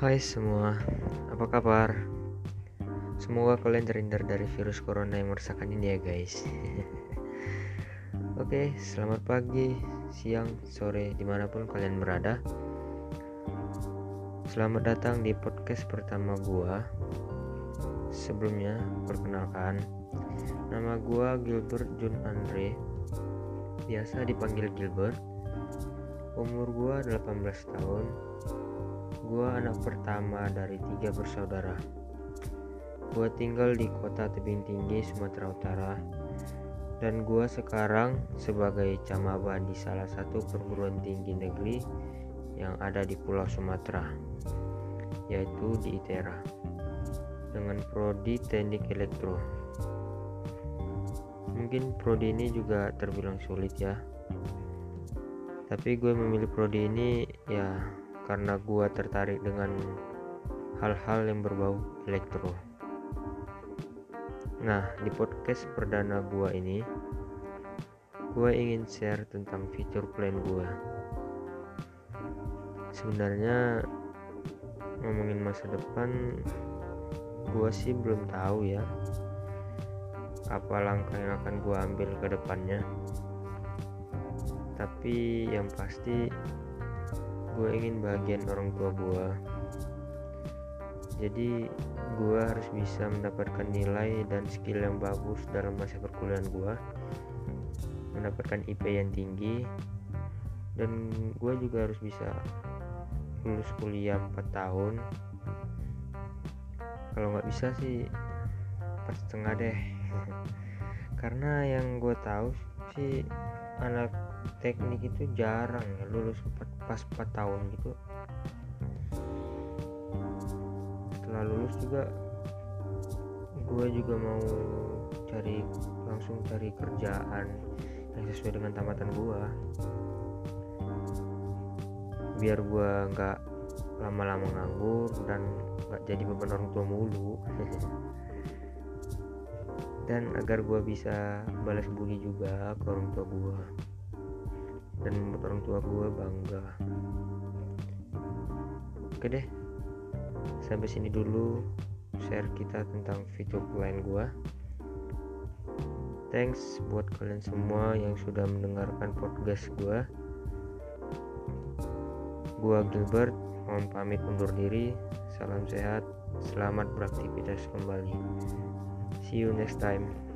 Hai semua, apa kabar? Semoga kalian terhindar dari virus corona yang meresahkan ini ya guys. Oke, selamat pagi, siang, sore, dimanapun kalian berada. Selamat datang di podcast pertama gua. Sebelumnya, perkenalkan, nama gua Gilbert Jun Andre, biasa dipanggil Gilbert. Umur gua 18 tahun. Gua anak pertama dari 3 bersaudara. Gua tinggal di kota Tebing Tinggi, Sumatera Utara. Dan gua sekarang sebagai camaba di salah satu perguruan tinggi negeri yang ada di Pulau Sumatera, yaitu di ITERA, dengan prodi Teknik Elektro. Mungkin prodi ini juga terbilang sulit ya, tapi gue memilih prodi ini ya karena gue tertarik dengan hal-hal yang berbau elektro. Nah, di podcast perdana gue ini, gue ingin share tentang future plan gue. Sebenarnya ngomongin masa depan, gue sih belum tahu ya apa langkah yang akan gue ambil ke depannya. Tapi yang pasti gue ingin bahagian orang tua gue. Jadi gue harus bisa mendapatkan nilai dan skill yang bagus dalam masa perkuliahan gue, mendapatkan IP yang tinggi, dan gue juga harus bisa lulus kuliah 4 tahun. Kalau nggak bisa sih 4,5 deh. Karena yang gue tahu sih anak teknik itu jarang ya lulus pas 4 tahun gitu. Setelah lulus juga gue juga mau langsung cari kerjaan yang sesuai dengan tamatan gue, biar gue nggak lama-lama nganggur dan nggak jadi beban orang tua mulu. Dan agar gue bisa balas budi juga ke orang tua gue dan membuat orang tua gue bangga. Oke deh, sampai sini dulu share kita tentang future plan gue. Thanks buat kalian semua yang sudah mendengarkan podcast gue. Gua Gilbert, mohon pamit undur diri. Salam sehat, selamat beraktivitas kembali. See you next time.